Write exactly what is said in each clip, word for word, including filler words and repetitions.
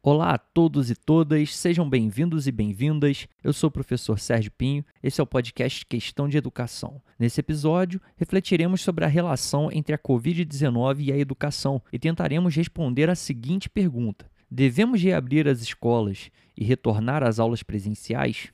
Olá a todos e todas, sejam bem-vindos e bem-vindas. Eu sou o professor Sérgio Pinho, esse é o podcast Questão de Educação. Nesse episódio, refletiremos sobre a relação entre a covid dezenove e a educação e tentaremos responder a seguinte pergunta: devemos reabrir as escolas e retornar às aulas presenciais?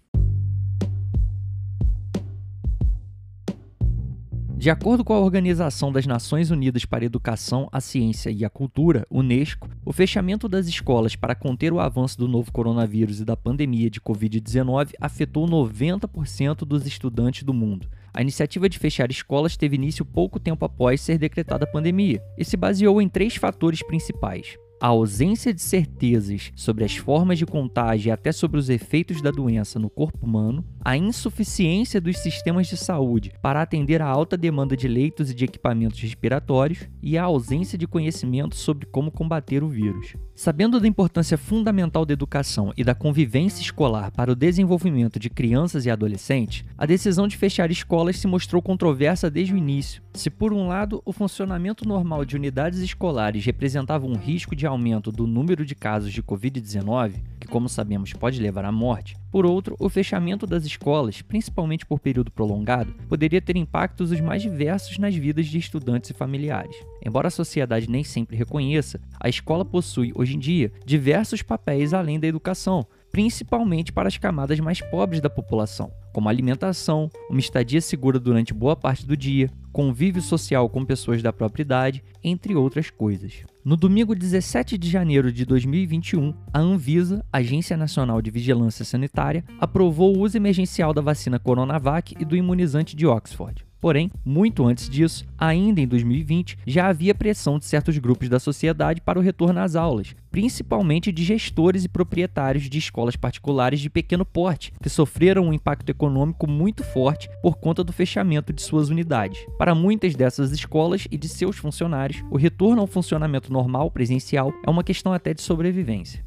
De acordo com a Organização das Nações Unidas para a Educação, a Ciência e a Cultura, UNESCO, o fechamento das escolas para conter o avanço do novo coronavírus e da pandemia de covid dezenove afetou noventa por cento dos estudantes do mundo. A iniciativa de fechar escolas teve início pouco tempo após ser decretada a pandemia e se baseou em três fatores principais: a ausência de certezas sobre as formas de contágio e até sobre os efeitos da doença no corpo humano, a insuficiência dos sistemas de saúde para atender à alta demanda de leitos e de equipamentos respiratórios e a ausência de conhecimento sobre como combater o vírus. Sabendo da importância fundamental da educação e da convivência escolar para o desenvolvimento de crianças e adolescentes, a decisão de fechar escolas se mostrou controversa desde o início. Se, por um lado, o funcionamento normal de unidades escolares representava um risco de aumento do número de casos de covid dezenove, que, como sabemos, pode levar à morte, por outro, o fechamento das escolas, principalmente por período prolongado, poderia ter impactos os mais diversos nas vidas de estudantes e familiares. Embora a sociedade nem sempre reconheça, a escola possui, hoje em dia, diversos papéis além da educação, principalmente para as camadas mais pobres da população, como alimentação, uma estadia segura durante boa parte do dia, convívio social com pessoas da própria idade, entre outras coisas. No domingo dezessete de janeiro de dois mil e vinte e um, a Anvisa, Agência Nacional de Vigilância Sanitária, aprovou o uso emergencial da vacina Coronavac e do imunizante de Oxford. Porém, muito antes disso, ainda em dois mil e vinte, já havia pressão de certos grupos da sociedade para o retorno às aulas, principalmente de gestores e proprietários de escolas particulares de pequeno porte, que sofreram um impacto econômico muito forte por conta do fechamento de suas unidades. Para muitas dessas escolas e de seus funcionários, o retorno ao funcionamento normal presencial é uma questão até de sobrevivência.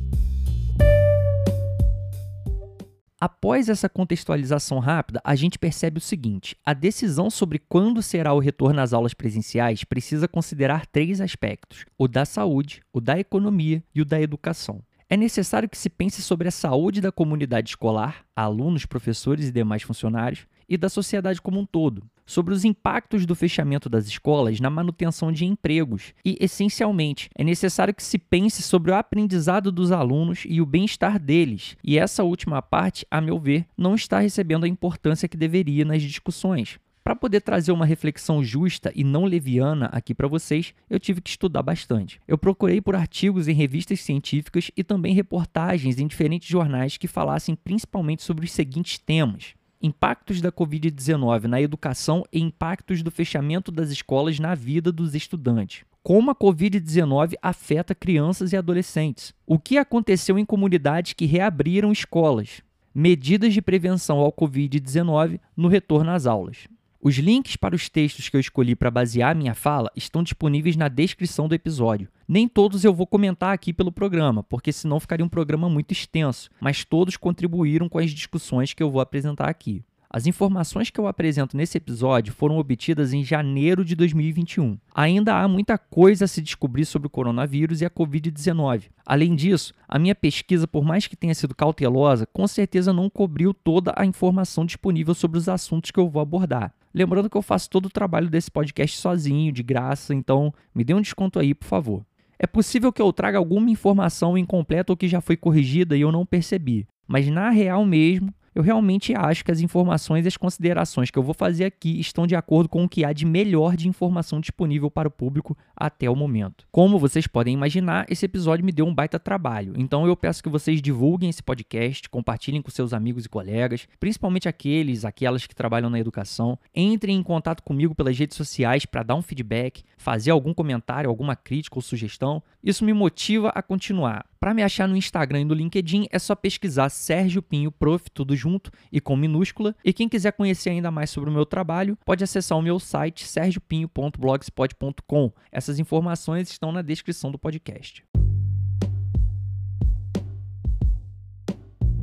Após essa contextualização rápida, a gente percebe o seguinte: a decisão sobre quando será o retorno às aulas presenciais precisa considerar três aspectos: o da saúde, o da economia e o da educação. É necessário que se pense sobre a saúde da comunidade escolar, alunos, professores e demais funcionários, e da sociedade como um todo, sobre os impactos do fechamento das escolas na manutenção de empregos e, essencialmente, é necessário que se pense sobre o aprendizado dos alunos e o bem-estar deles, e essa última parte, a meu ver, não está recebendo a importância que deveria nas discussões. Para poder trazer uma reflexão justa e não leviana aqui para vocês, eu tive que estudar bastante. Eu procurei por artigos em revistas científicas e também reportagens em diferentes jornais que falassem principalmente sobre os seguintes temas: impactos da covid dezenove na educação e impactos do fechamento das escolas na vida dos estudantes. Como a covid dezenove afeta crianças e adolescentes. O que aconteceu em comunidades que reabriram escolas. Medidas de prevenção ao covid dezenove no retorno às aulas. Os links para os textos que eu escolhi para basear minha fala estão disponíveis na descrição do episódio. Nem todos eu vou comentar aqui pelo programa, porque senão ficaria um programa muito extenso, mas todos contribuíram com as discussões que eu vou apresentar aqui. As informações que eu apresento nesse episódio foram obtidas em janeiro de dois mil e vinte e um. Ainda há muita coisa a se descobrir sobre o coronavírus e a covid dezenove. Além disso, a minha pesquisa, por mais que tenha sido cautelosa, com certeza não cobriu toda a informação disponível sobre os assuntos que eu vou abordar. Lembrando que eu faço todo o trabalho desse podcast sozinho, de graça, então me dê um desconto aí, por favor. É possível que eu traga alguma informação incompleta ou que já foi corrigida e eu não percebi, mas na real mesmo, eu realmente acho que as informações e as considerações que eu vou fazer aqui estão de acordo com o que há de melhor de informação disponível para o público até o momento. Como vocês podem imaginar, esse episódio me deu um baita trabalho, então eu peço que vocês divulguem esse podcast, compartilhem com seus amigos e colegas, principalmente aqueles, aquelas que trabalham na educação. Entrem em contato comigo pelas redes sociais para dar um feedback, fazer algum comentário, alguma crítica ou sugestão. Isso me motiva a continuar. Para me achar no Instagram e no LinkedIn é só pesquisar Sérgio Pinho Prof, tudo junto e com minúscula. E quem quiser conhecer ainda mais sobre o meu trabalho, pode acessar o meu site sergio pinho ponto blogspot ponto com. Essas informações estão na descrição do podcast.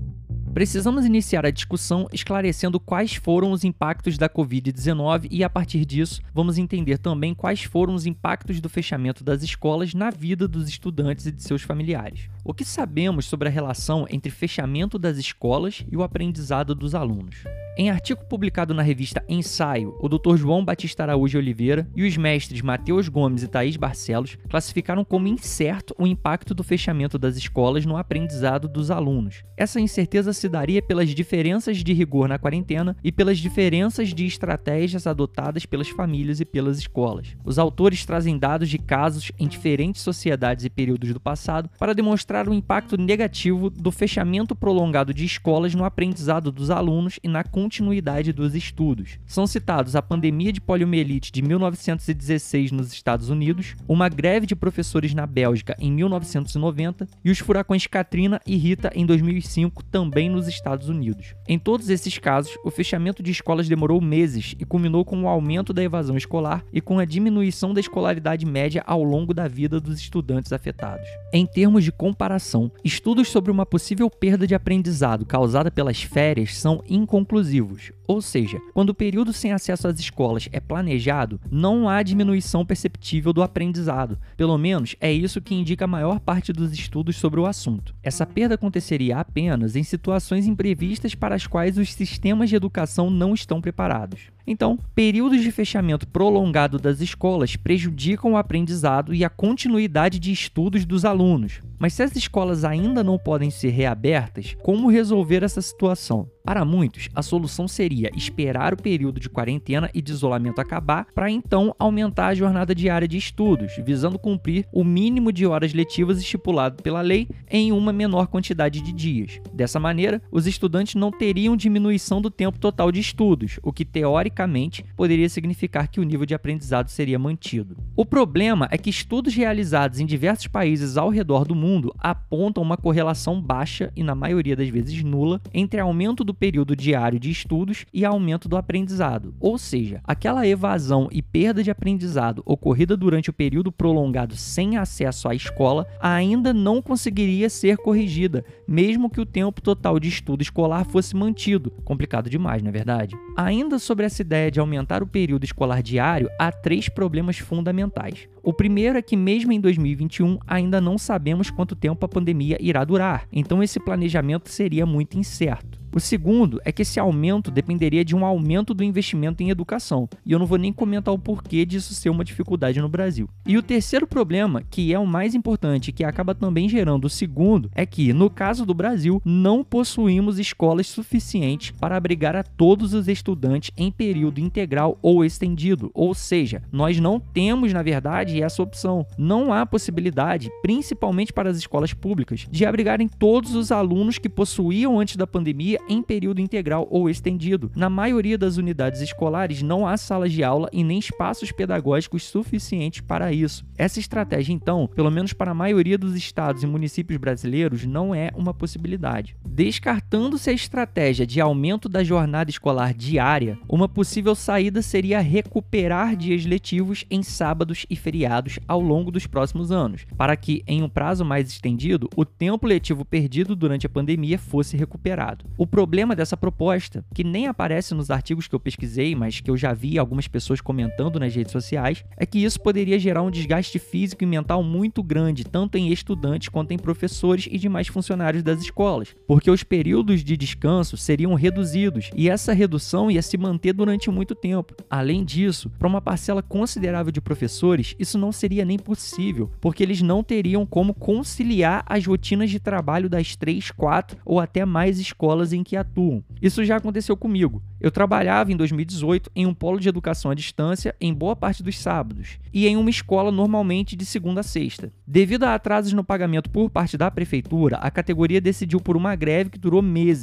Precisamos iniciar a discussão esclarecendo quais foram os impactos da covid dezenove e, a partir disso, vamos entender também quais foram os impactos do fechamento das escolas na vida dos estudantes e de seus familiares. O que sabemos sobre a relação entre fechamento das escolas e o aprendizado dos alunos? Em artigo publicado na revista Ensaio, o doutor João Batista Araújo Oliveira e os mestres Matheus Gomes e Thaís Barcelos classificaram como incerto o impacto do fechamento das escolas no aprendizado dos alunos. Essa incerteza se daria pelas diferenças de rigor na quarentena e pelas diferenças de estratégias adotadas pelas famílias e pelas escolas. Os autores trazem dados de casos em diferentes sociedades e períodos do passado para demonstrar o impacto negativo do fechamento prolongado de escolas no aprendizado dos alunos e na continuidade dos estudos. São citados a pandemia de poliomielite de mil novecentos e dezesseis nos Estados Unidos, uma greve de professores na Bélgica em mil novecentos e noventa e os furacões Katrina e Rita em dois mil e cinco, também nos Estados Unidos. Em todos esses casos, o fechamento de escolas demorou meses e culminou com o aumento da evasão escolar e com a diminuição da escolaridade média ao longo da vida dos estudantes afetados. Em termos de comparação, estudos sobre uma possível perda de aprendizado causada pelas férias são inconclusivos. Ou seja, quando o período sem acesso às escolas é planejado, não há diminuição perceptível do aprendizado. Pelo menos é isso que indica a maior parte dos estudos sobre o assunto. Essa perda aconteceria apenas em situações imprevistas para as quais os sistemas de educação não estão preparados. Então, períodos de fechamento prolongado das escolas prejudicam o aprendizado e a continuidade de estudos dos alunos. Mas se as escolas ainda não podem ser reabertas, como resolver essa situação? Para muitos, a solução seria esperar o período de quarentena e de isolamento acabar para então aumentar a jornada diária de estudos, visando cumprir o mínimo de horas letivas estipulado pela lei em uma menor quantidade de dias. Dessa maneira, os estudantes não teriam diminuição do tempo total de estudos, o que teoricamente poderia significar que o nível de aprendizado seria mantido. O problema é que estudos realizados em diversos países ao redor do mundo apontam uma correlação baixa e, na maioria das vezes, nula entre aumento do período diário de estudos e aumento do aprendizado. Ou seja, aquela evasão e perda de aprendizado ocorrida durante o período prolongado sem acesso à escola ainda não conseguiria ser corrigida, mesmo que o tempo total de estudo escolar fosse mantido. Complicado demais, não é verdade? Ainda sobre essa ideia de aumentar o período escolar diário, há três problemas fundamentais. O primeiro é que, mesmo em dois mil e vinte e um, ainda não sabemos quanto tempo a pandemia irá durar, então esse planejamento seria muito incerto. O segundo é que esse aumento dependeria de um aumento do investimento em educação, e eu não vou nem comentar o porquê disso ser uma dificuldade no Brasil. E o terceiro problema, que é o mais importante e que acaba também gerando o segundo, é que, no caso do Brasil, não possuímos escolas suficientes para abrigar a todos os estudantes em período integral ou estendido, ou seja, nós não temos, na verdade, essa opção. Não há possibilidade, principalmente para as escolas públicas, de abrigarem todos os alunos que possuíam antes da pandemia em período integral ou estendido. Na maioria das unidades escolares não há salas de aula e nem espaços pedagógicos suficientes para isso. Essa estratégia, então, pelo menos para a maioria dos estados e municípios brasileiros, não é uma possibilidade. Descartando-se a estratégia de aumento da jornada escolar diária, uma possível saída seria recuperar dias letivos em sábados e feriados ao longo dos próximos anos, para que, em um prazo mais estendido, o tempo letivo perdido durante a pandemia fosse recuperado. O problema dessa proposta, que nem aparece nos artigos que eu pesquisei, mas que eu já vi algumas pessoas comentando nas redes sociais, é que isso poderia gerar um desgaste físico e mental muito grande, tanto em estudantes quanto em professores e demais funcionários das escolas, porque os períodos de descanso seriam reduzidos e essa redução ia se manter durante muito tempo. Além disso, para uma parcela considerável de professores, isso não seria nem possível, porque eles não teriam como conciliar as rotinas de trabalho das três, quatro ou até mais escolas em que atuam. Isso já aconteceu comigo. Eu trabalhava em dois mil e dezoito em um polo de educação à distância em boa parte dos sábados e em uma escola normalmente de segunda a sexta. Devido a atrasos no pagamento por parte da prefeitura, a categoria decidiu por uma greve que durou meses.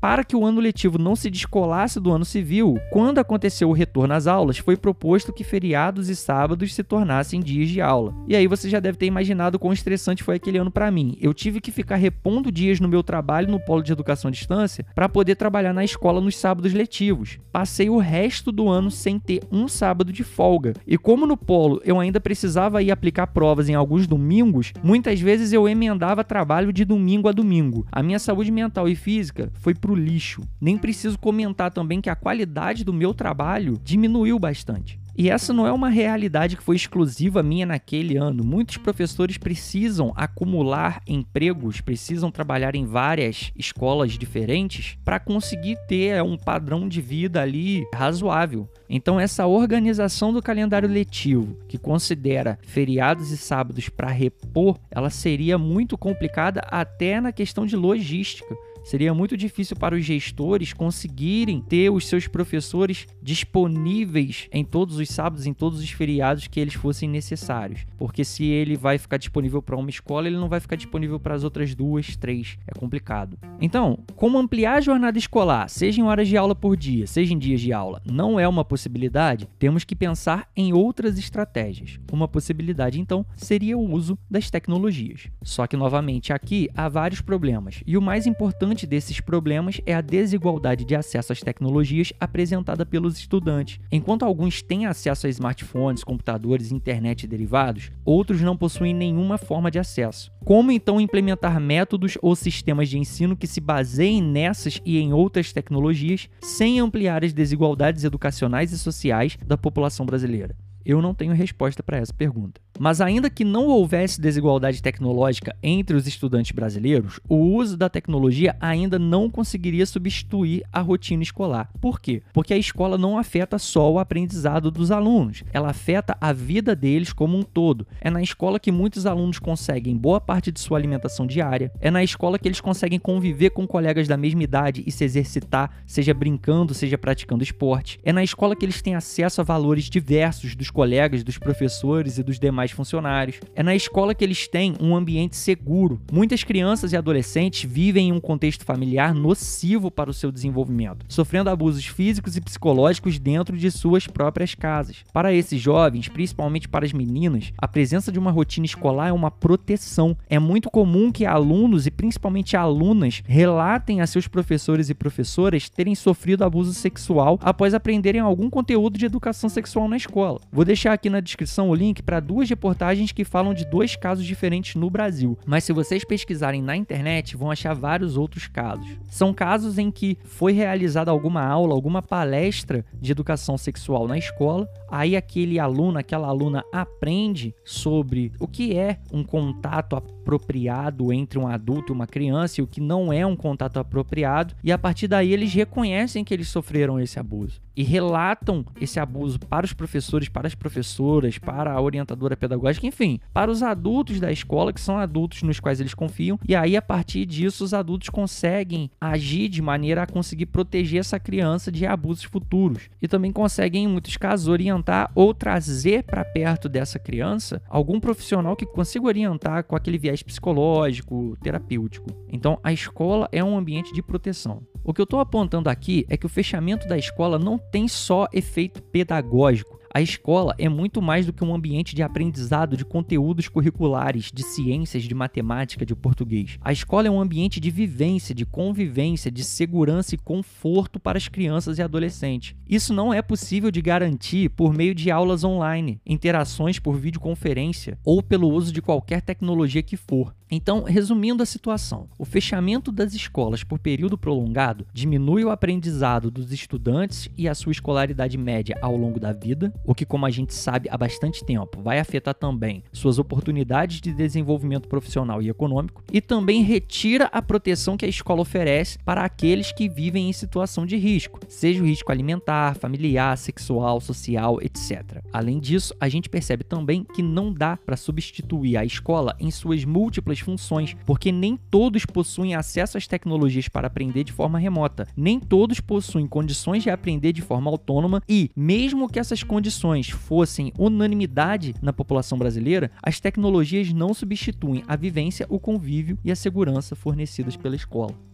Para que o ano letivo não se descolasse do ano civil, quando aconteceu o retorno às aulas, foi proposto que feriados e sábados se tornassem dias de aula. E aí você já deve ter imaginado quão estressante foi aquele ano para mim. Eu tive que ficar repondo dias no meu trabalho no polo de educação à distância para poder trabalhar na escola nos sábados letivos. Passei o resto do ano sem ter um sábado de folga. E como no polo eu ainda precisava ir aplicar provas em alguns domingos, muitas vezes eu emendava trabalho de domingo a domingo. A minha saúde mental e física foi pro lixo. Nem preciso comentar também que a qualidade do meu trabalho diminuiu bastante. E essa não é uma realidade que foi exclusiva minha naquele ano. Muitos professores precisam acumular empregos, precisam trabalhar em várias escolas diferentes para conseguir ter um padrão de vida ali razoável. Então essa organização do calendário letivo, que considera feriados e sábados para repor, ela seria muito complicada até na questão de logística. Seria muito difícil para os gestores conseguirem ter os seus professores disponíveis em todos os sábados, em todos os feriados que eles fossem necessários. Porque se ele vai ficar disponível para uma escola, ele não vai ficar disponível para as outras duas, três. É complicado. Então, como ampliar a jornada escolar, seja em horas de aula por dia, seja em dias de aula, não é uma possibilidade, temos que pensar em outras estratégias. Uma possibilidade, então, seria o uso das tecnologias. Só que, novamente, aqui há vários problemas. E o mais importante desses problemas é a desigualdade de acesso às tecnologias apresentada pelos estudantes. Enquanto alguns têm acesso a smartphones, computadores, internet e derivados, outros não possuem nenhuma forma de acesso. Como então implementar métodos ou sistemas de ensino que se baseiem nessas e em outras tecnologias sem ampliar as desigualdades educacionais e sociais da população brasileira? Eu não tenho resposta para essa pergunta. Mas ainda que não houvesse desigualdade tecnológica entre os estudantes brasileiros, o uso da tecnologia ainda não conseguiria substituir a rotina escolar. Por quê? Porque a escola não afeta só o aprendizado dos alunos, ela afeta a vida deles como um todo. É na escola que muitos alunos conseguem boa parte de sua alimentação diária, é na escola que eles conseguem conviver com colegas da mesma idade e se exercitar, seja brincando, seja praticando esporte. É na escola que eles têm acesso a valores diversos dos colegas, dos professores e dos demais funcionários. É na escola que eles têm um ambiente seguro. Muitas crianças e adolescentes vivem em um contexto familiar nocivo para o seu desenvolvimento, sofrendo abusos físicos e psicológicos dentro de suas próprias casas. Para esses jovens, principalmente para as meninas, a presença de uma rotina escolar é uma proteção. É muito comum que alunos e principalmente alunas relatem a seus professores e professoras terem sofrido abuso sexual após aprenderem algum conteúdo de educação sexual na escola. Vou deixar aqui na descrição o link para duas reportagens que falam de dois casos diferentes no Brasil, mas se vocês pesquisarem na internet, vão achar vários outros casos. São casos em que foi realizada alguma aula, alguma palestra de educação sexual na escola, aí aquele aluno, aquela aluna aprende sobre o que é um contato apropriado entre um adulto e uma criança e o que não é um contato apropriado, e a partir daí eles reconhecem que eles sofreram esse abuso e relatam esse abuso para os professores, para as professoras, para a orientadora pedagógica, enfim, para os adultos da escola, que são adultos nos quais eles confiam, e aí a partir disso os adultos conseguem agir de maneira a conseguir proteger essa criança de abusos futuros e também conseguem, em muitos casos, orientar ou trazer para perto dessa criança algum profissional que consiga orientar com aquele viés psicológico, terapêutico. Então, a escola é um ambiente de proteção. O que eu estou apontando aqui é que o fechamento da escola não tem só efeito pedagógico. A escola é muito mais do que um ambiente de aprendizado de conteúdos curriculares, de ciências, de matemática, de português. A escola é um ambiente de vivência, de convivência, de segurança e conforto para as crianças e adolescentes. Isso não é possível de garantir por meio de aulas online, interações por videoconferência ou pelo uso de qualquer tecnologia que for. Então, resumindo a situação, o fechamento das escolas por período prolongado diminui o aprendizado dos estudantes e a sua escolaridade média ao longo da vida, o que, como a gente sabe há bastante tempo, vai afetar também suas oportunidades de desenvolvimento profissional e econômico, e também retira a proteção que a escola oferece para aqueles que vivem em situação de risco, seja o risco alimentar, familiar, sexual, social, etcétera. Além disso, a gente percebe também que não dá para substituir a escola em suas múltiplas funções, porque nem todos possuem acesso às tecnologias para aprender de forma remota, nem todos possuem condições de aprender de forma autônoma e, mesmo que essas condições fossem unanimidade na população brasileira, as tecnologias não substituem a vivência, o convívio e a segurança fornecidas pela escola.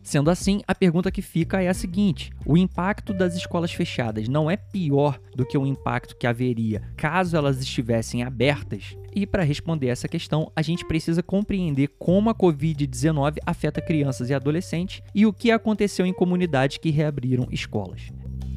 Sendo assim, a pergunta que fica é a seguinte: o impacto das escolas fechadas não é pior do que o impacto que haveria caso elas estivessem abertas? E para responder essa questão, a gente precisa compreender como a covid dezenove afeta crianças e adolescentes e o que aconteceu em comunidades que reabriram escolas.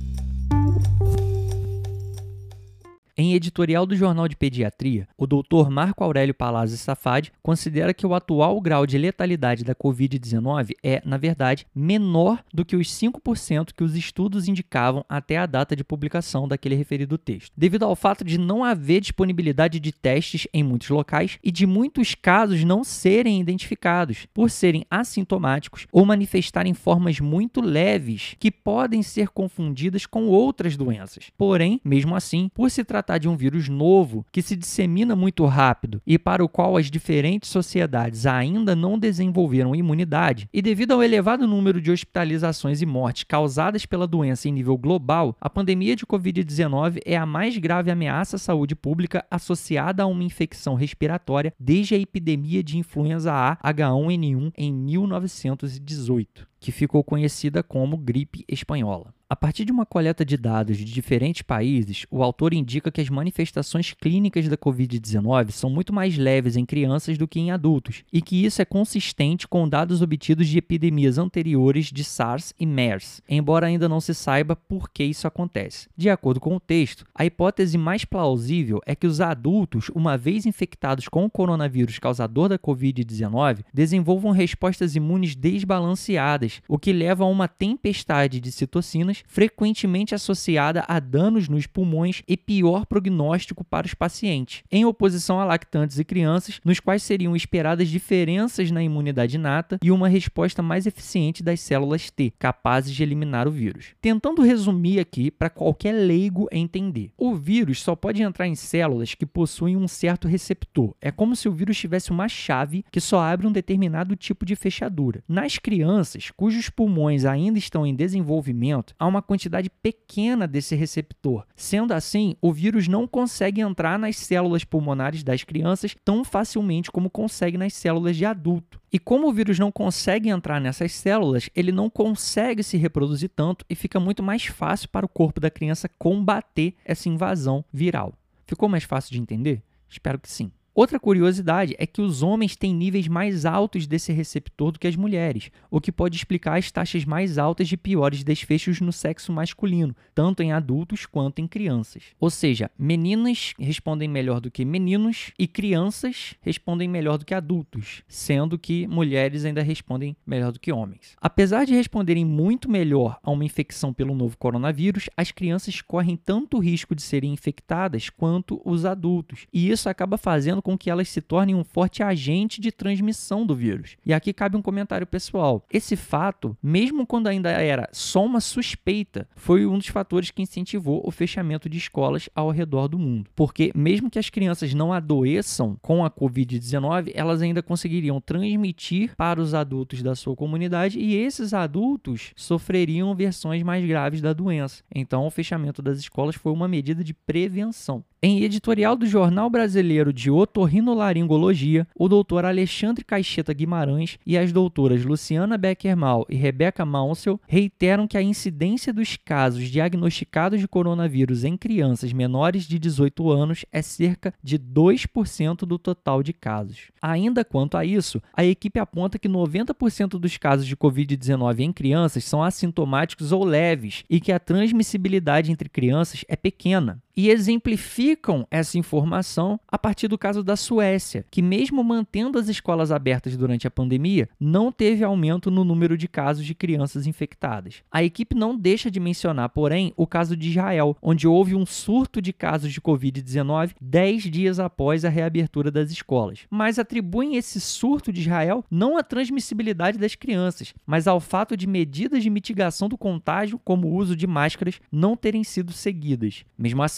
Em editorial do Jornal de Pediatria, o doutor Marco Aurélio Palazzi Safadi considera que o atual grau de letalidade da covid dezenove é, na verdade, menor do que os cinco por cento que os estudos indicavam até a data de publicação daquele referido texto, devido ao fato de não haver disponibilidade de testes em muitos locais e de muitos casos não serem identificados, por serem assintomáticos ou manifestarem formas muito leves que podem ser confundidas com outras doenças. Porém, mesmo assim, por se tratar de um vírus novo que se dissemina muito rápido e para o qual as diferentes sociedades ainda não desenvolveram imunidade, e devido ao elevado número de hospitalizações e mortes causadas pela doença em nível global, a pandemia de covid dezenove é a mais grave ameaça à saúde pública associada a uma infecção respiratória desde a epidemia de influenza A H um N um em mil novecentos e dezoito, que ficou conhecida como gripe espanhola. A partir de uma coleta de dados de diferentes países, o autor indica que as manifestações clínicas da covid dezenove são muito mais leves em crianças do que em adultos, e que isso é consistente com dados obtidos de epidemias anteriores de SARS e MERS, embora ainda não se saiba por que isso acontece. De acordo com o texto, a hipótese mais plausível é que os adultos, uma vez infectados com o coronavírus causador da covid dezenove, desenvolvam respostas imunes desbalanceadas, o que leva a uma tempestade de citocinas frequentemente associada a danos nos pulmões e pior prognóstico para os pacientes, em oposição a lactantes e crianças, nos quais seriam esperadas diferenças na imunidade inata e uma resposta mais eficiente das células T, capazes de eliminar o vírus. Tentando resumir aqui para qualquer leigo entender, o vírus só pode entrar em células que possuem um certo receptor. É como se o vírus tivesse uma chave que só abre um determinado tipo de fechadura. Nas crianças, cujos pulmões ainda estão em desenvolvimento, há uma quantidade pequena desse receptor. Sendo assim, o vírus não consegue entrar nas células pulmonares das crianças tão facilmente como consegue nas células de adulto. E como o vírus não consegue entrar nessas células, ele não consegue se reproduzir tanto e fica muito mais fácil para o corpo da criança combater essa invasão viral. Ficou mais fácil de entender? Espero que sim. Outra curiosidade é que os homens têm níveis mais altos desse receptor do que as mulheres, o que pode explicar as taxas mais altas de piores desfechos no sexo masculino, tanto em adultos quanto em crianças. Ou seja, meninas respondem melhor do que meninos e crianças respondem melhor do que adultos, sendo que mulheres ainda respondem melhor do que homens. Apesar de responderem muito melhor a uma infecção pelo novo coronavírus, as crianças correm tanto o risco de serem infectadas quanto os adultos, e isso acaba fazendo com que elas se tornem um forte agente de transmissão do vírus. E aqui cabe um comentário pessoal. Esse fato, mesmo quando ainda era só uma suspeita, foi um dos fatores que incentivou o fechamento de escolas ao redor do mundo. Porque mesmo que as crianças não adoeçam com a covid dezenove, elas ainda conseguiriam transmitir para os adultos da sua comunidade e esses adultos sofreriam versões mais graves da doença. Então, o fechamento das escolas foi uma medida de prevenção. Em editorial do Jornal Brasileiro de Otorrinolaringologia, o doutor Alexandre Caixeta Guimarães e as doutoras Luciana Becker-Mal e Rebeca Maunsell reiteram que a incidência dos casos diagnosticados de coronavírus em crianças menores de dezoito anos é cerca de dois por cento do total de casos. Ainda quanto a isso, a equipe aponta que noventa por cento dos casos de covid dezenove em crianças são assintomáticos ou leves e que a transmissibilidade entre crianças é pequena. E exemplificam essa informação a partir do caso da Suécia, que mesmo mantendo as escolas abertas durante a pandemia, não teve aumento no número de casos de crianças infectadas. A equipe não deixa de mencionar, porém, o caso de Israel, onde houve um surto de casos de covid dezenove dez dias após a reabertura das escolas. Mas atribuem esse surto de Israel não à transmissibilidade das crianças, mas ao fato de medidas de mitigação do contágio, como o uso de máscaras, não terem sido seguidas. Mesmo assim,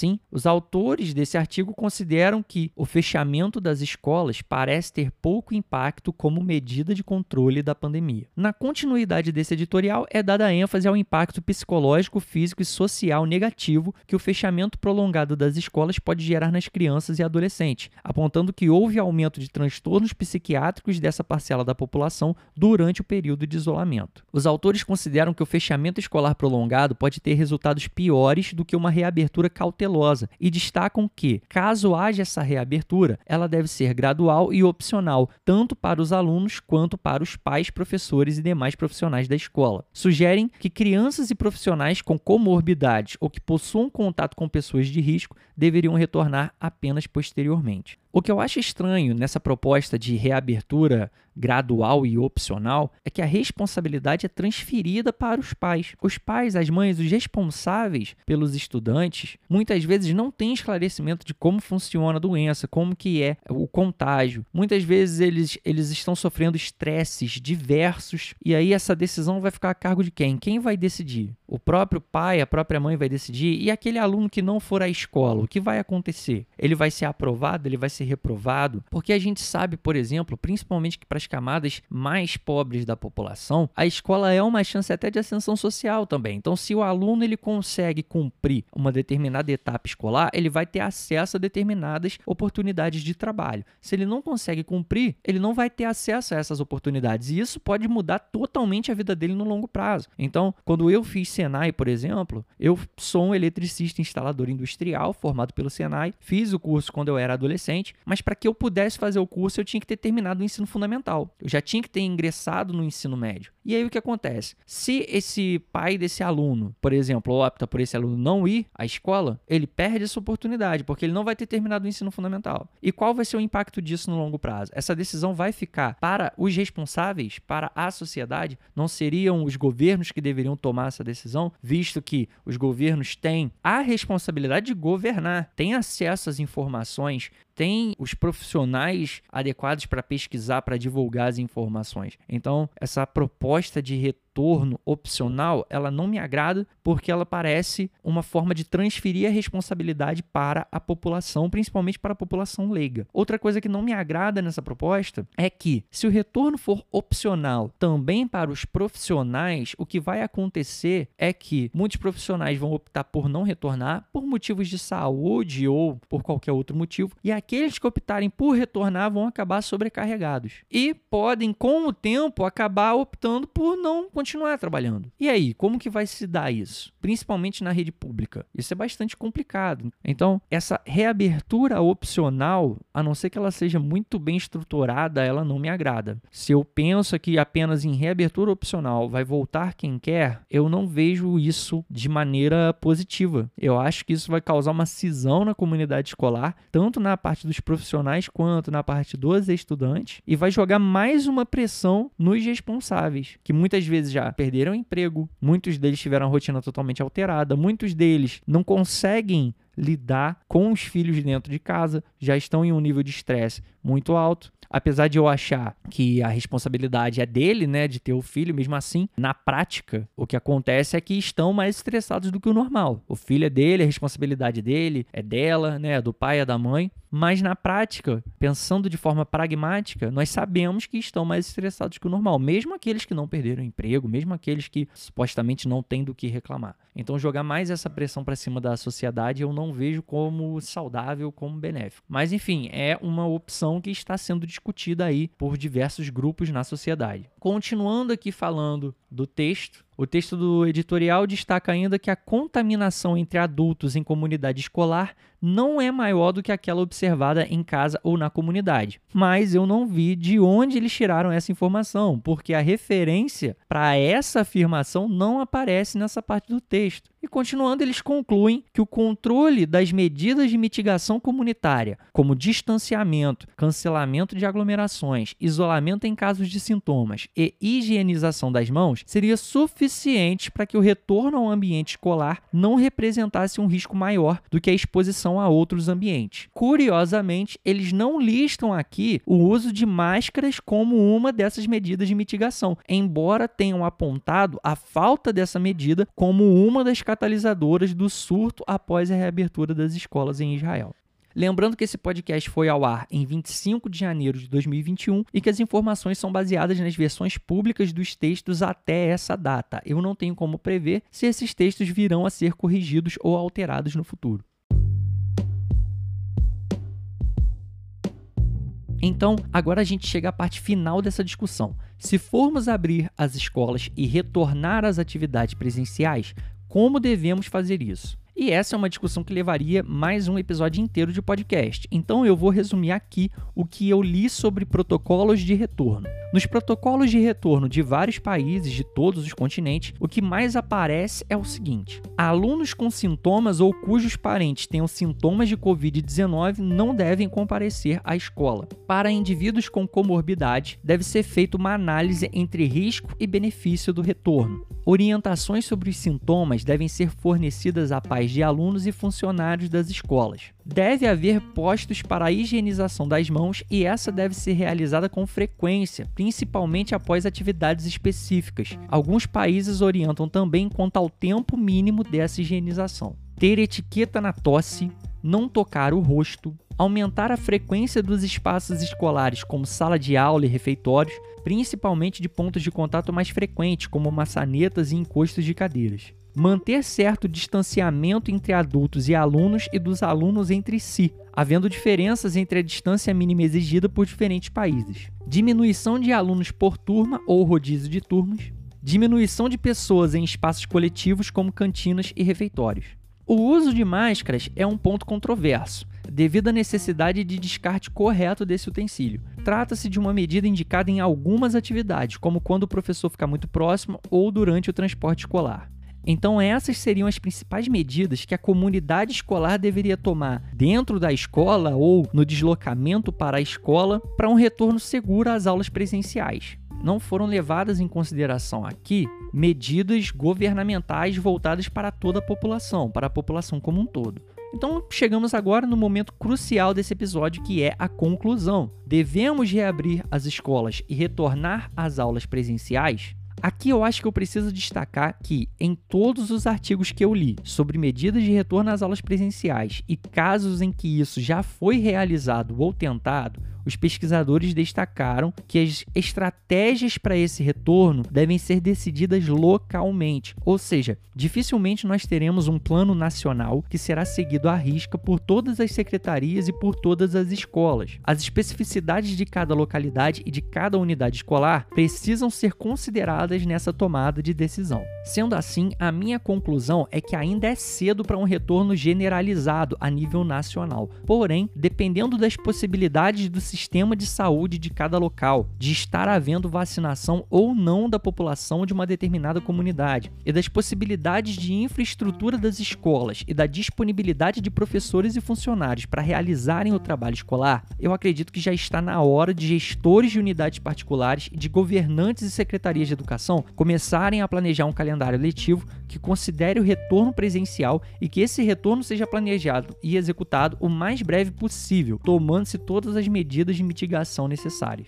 Assim, os autores desse artigo consideram que o fechamento das escolas parece ter pouco impacto como medida de controle da pandemia. Na continuidade desse editorial, é dada ênfase ao impacto psicológico, físico e social negativo que o fechamento prolongado das escolas pode gerar nas crianças e adolescentes, apontando que houve aumento de transtornos psiquiátricos dessa parcela da população durante o período de isolamento. Os autores consideram que o fechamento escolar prolongado pode ter resultados piores do que uma reabertura cautelosa e destacam que, caso haja essa reabertura, ela deve ser gradual e opcional, tanto para os alunos quanto para os pais, professores e demais profissionais da escola. Sugerem que crianças e profissionais com comorbidades ou que possuam contato com pessoas de risco deveriam retornar apenas posteriormente. O que eu acho estranho nessa proposta de reabertura gradual e opcional é que a responsabilidade é transferida para os pais. Os pais, as mães, os responsáveis pelos estudantes, muitas vezes não têm esclarecimento de como funciona a doença, como que é o contágio. Muitas vezes eles, eles estão sofrendo estresses diversos e aí essa decisão vai ficar a cargo de quem? Quem vai decidir? O próprio pai, a própria mãe vai decidir? E aquele aluno que não for à escola, o que vai acontecer? Ele vai ser aprovado? Ele vai ser reprovado? Porque a gente sabe, por exemplo, principalmente que para as camadas mais pobres da população, a escola é uma chance até de ascensão social também. Então, se o aluno ele consegue cumprir uma determinada etapa escolar, ele vai ter acesso a determinadas oportunidades de trabalho. Se ele não consegue cumprir, ele não vai ter acesso a essas oportunidades. E isso pode mudar totalmente a vida dele no longo prazo. Então, quando eu fiz Senai, por exemplo, eu sou um eletricista instalador industrial formado pelo Senai, fiz o curso quando eu era adolescente, mas para que eu pudesse fazer o curso, eu tinha que ter terminado o ensino fundamental. Eu já tinha que ter ingressado no ensino médio. E aí o que acontece? Se esse pai desse aluno, por exemplo, opta por esse aluno não ir à escola, ele perde essa oportunidade, porque ele não vai ter terminado o ensino fundamental. E qual vai ser o impacto disso no longo prazo? Essa decisão vai ficar para os responsáveis, para a sociedade? Não seriam os governos que deveriam tomar essa decisão, visto que os governos têm a responsabilidade de governar, têm acesso às informações, tem os profissionais adequados para pesquisar, para divulgar as informações. Então, essa proposta de retorno opcional, ela não me agrada porque ela parece uma forma de transferir a responsabilidade para a população, principalmente para a população leiga. Outra coisa que não me agrada nessa proposta é que, se o retorno for opcional também para os profissionais, o que vai acontecer é que muitos profissionais vão optar por não retornar por motivos de saúde ou por qualquer outro motivo, e aqueles que optarem por retornar vão acabar sobrecarregados e podem, com o tempo, acabar optando por não continuar trabalhando. E aí, como que vai se dar isso? Principalmente na rede pública. Isso é bastante complicado. Então, essa reabertura opcional, a não ser que ela seja muito bem estruturada, ela não me agrada. Se eu penso que apenas em reabertura opcional vai voltar quem quer, eu não vejo isso de maneira positiva. Eu acho que isso vai causar uma cisão na comunidade escolar, tanto na parte dos profissionais quanto na parte dos estudantes, e vai jogar mais uma pressão nos responsáveis, que muitas vezes já perderam emprego, muitos deles tiveram a rotina totalmente alterada, muitos deles não conseguem lidar com os filhos dentro de casa, já estão em um nível de estresse muito alto. Apesar de eu achar que a responsabilidade é dele, né, de ter o filho, mesmo assim, na prática, o que acontece é que estão mais estressados do que o normal. O filho é dele, a responsabilidade dele é dela, né, do pai e da mãe. Mas na prática, pensando de forma pragmática, nós sabemos que estão mais estressados que o normal, mesmo aqueles que não perderam emprego, mesmo aqueles que supostamente não têm do que reclamar. Então, jogar mais essa pressão para cima da sociedade eu não vejo como saudável, como benéfico. Mas, enfim, é uma opção que está sendo discutida aí por diversos grupos na sociedade. Continuando aqui falando do texto, o texto do editorial destaca ainda que a contaminação entre adultos em comunidade escolar não é maior do que aquela observada em casa ou na comunidade. Mas eu não vi de onde eles tiraram essa informação, porque a referência para essa afirmação não aparece nessa parte do texto. E continuando, eles concluem que o controle das medidas de mitigação comunitária, como distanciamento, cancelamento de aglomerações, isolamento em casos de sintomas e higienização das mãos, seria suficiente para que o retorno ao ambiente escolar não representasse um risco maior do que a exposição relação a outros ambientes. Curiosamente, eles não listam aqui o uso de máscaras como uma dessas medidas de mitigação, embora tenham apontado a falta dessa medida como uma das catalisadoras do surto após a reabertura das escolas em Israel. Lembrando que esse podcast foi ao ar em vinte e cinco de janeiro de dois mil e vinte e um e que as informações são baseadas nas versões públicas dos textos até essa data. Eu não tenho como prever se esses textos virão a ser corrigidos ou alterados no futuro. Então, agora a gente chega à parte final dessa discussão. Se formos abrir as escolas e retornar às atividades presenciais, como devemos fazer isso? E essa é uma discussão que levaria mais um episódio inteiro de podcast. Então eu vou resumir aqui o que eu li sobre protocolos de retorno. Nos protocolos de retorno de vários países, de todos os continentes, o que mais aparece é o seguinte: alunos com sintomas ou cujos parentes tenham sintomas de covid dezenove não devem comparecer à escola. Para indivíduos com comorbidade, deve ser feita uma análise entre risco e benefício do retorno. Orientações sobre os sintomas devem ser fornecidas a pais de alunos e funcionários das escolas. Deve haver postos para a higienização das mãos e essa deve ser realizada com frequência, principalmente após atividades específicas. Alguns países orientam também quanto ao tempo mínimo dessa higienização. Ter etiqueta na tosse, não tocar o rosto, aumentar a frequência dos espaços escolares como sala de aula e refeitórios, principalmente de pontos de contato mais frequentes, como maçanetas e encostos de cadeiras. Manter certo distanciamento entre adultos e alunos e dos alunos entre si, havendo diferenças entre a distância mínima exigida por diferentes países. Diminuição de alunos por turma ou rodízio de turmas. Diminuição de pessoas em espaços coletivos como cantinas e refeitórios. O uso de máscaras é um ponto controverso, devido à necessidade de descarte correto desse utensílio. Trata-se de uma medida indicada em algumas atividades, como quando o professor fica muito próximo ou durante o transporte escolar. Então essas seriam as principais medidas que a comunidade escolar deveria tomar dentro da escola ou no deslocamento para a escola para um retorno seguro às aulas presenciais. Não foram levadas em consideração aqui medidas governamentais voltadas para toda a população, para a população como um todo. Então, chegamos agora no momento crucial desse episódio, que é a conclusão. Devemos reabrir as escolas e retornar às aulas presenciais? Aqui eu acho que eu preciso destacar que, em todos os artigos que eu li sobre medidas de retorno às aulas presenciais e casos em que isso já foi realizado ou tentado, os pesquisadores destacaram que as estratégias para esse retorno devem ser decididas localmente, ou seja, dificilmente nós teremos um plano nacional que será seguido à risca por todas as secretarias e por todas as escolas. As especificidades de cada localidade e de cada unidade escolar precisam ser consideradas nessa tomada de decisão. Sendo assim, a minha conclusão é que ainda é cedo para um retorno generalizado a nível nacional. Porém, dependendo das possibilidades do sistema de saúde de cada local, de estar havendo vacinação ou não da população de uma determinada comunidade, e das possibilidades de infraestrutura das escolas e da disponibilidade de professores e funcionários para realizarem o trabalho escolar, eu acredito que já está na hora de gestores de unidades particulares e de governantes e secretarias de educação começarem a planejar um calendário letivo que considere o retorno presencial e que esse retorno seja planejado e executado o mais breve possível, tomando-se todas as medidas de mitigação necessárias.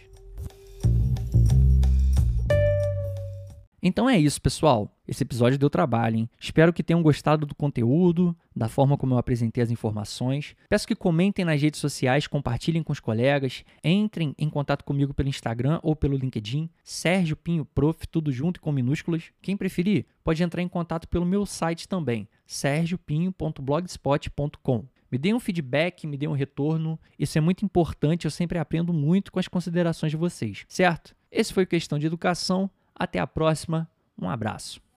Então é isso, pessoal. Esse episódio deu trabalho, hein? Espero que tenham gostado do conteúdo, da forma como eu apresentei as informações. Peço que comentem nas redes sociais, compartilhem com os colegas, entrem em contato comigo pelo Instagram ou pelo LinkedIn, Sérgio Pinho Prof, tudo junto e com minúsculas. Quem preferir, pode entrar em contato pelo meu site também, sergio pinho ponto blogspot ponto com. Me deem um feedback, me deem um retorno, isso é muito importante, eu sempre aprendo muito com as considerações de vocês, certo? Esse foi o Questão de Educação, até a próxima, um abraço.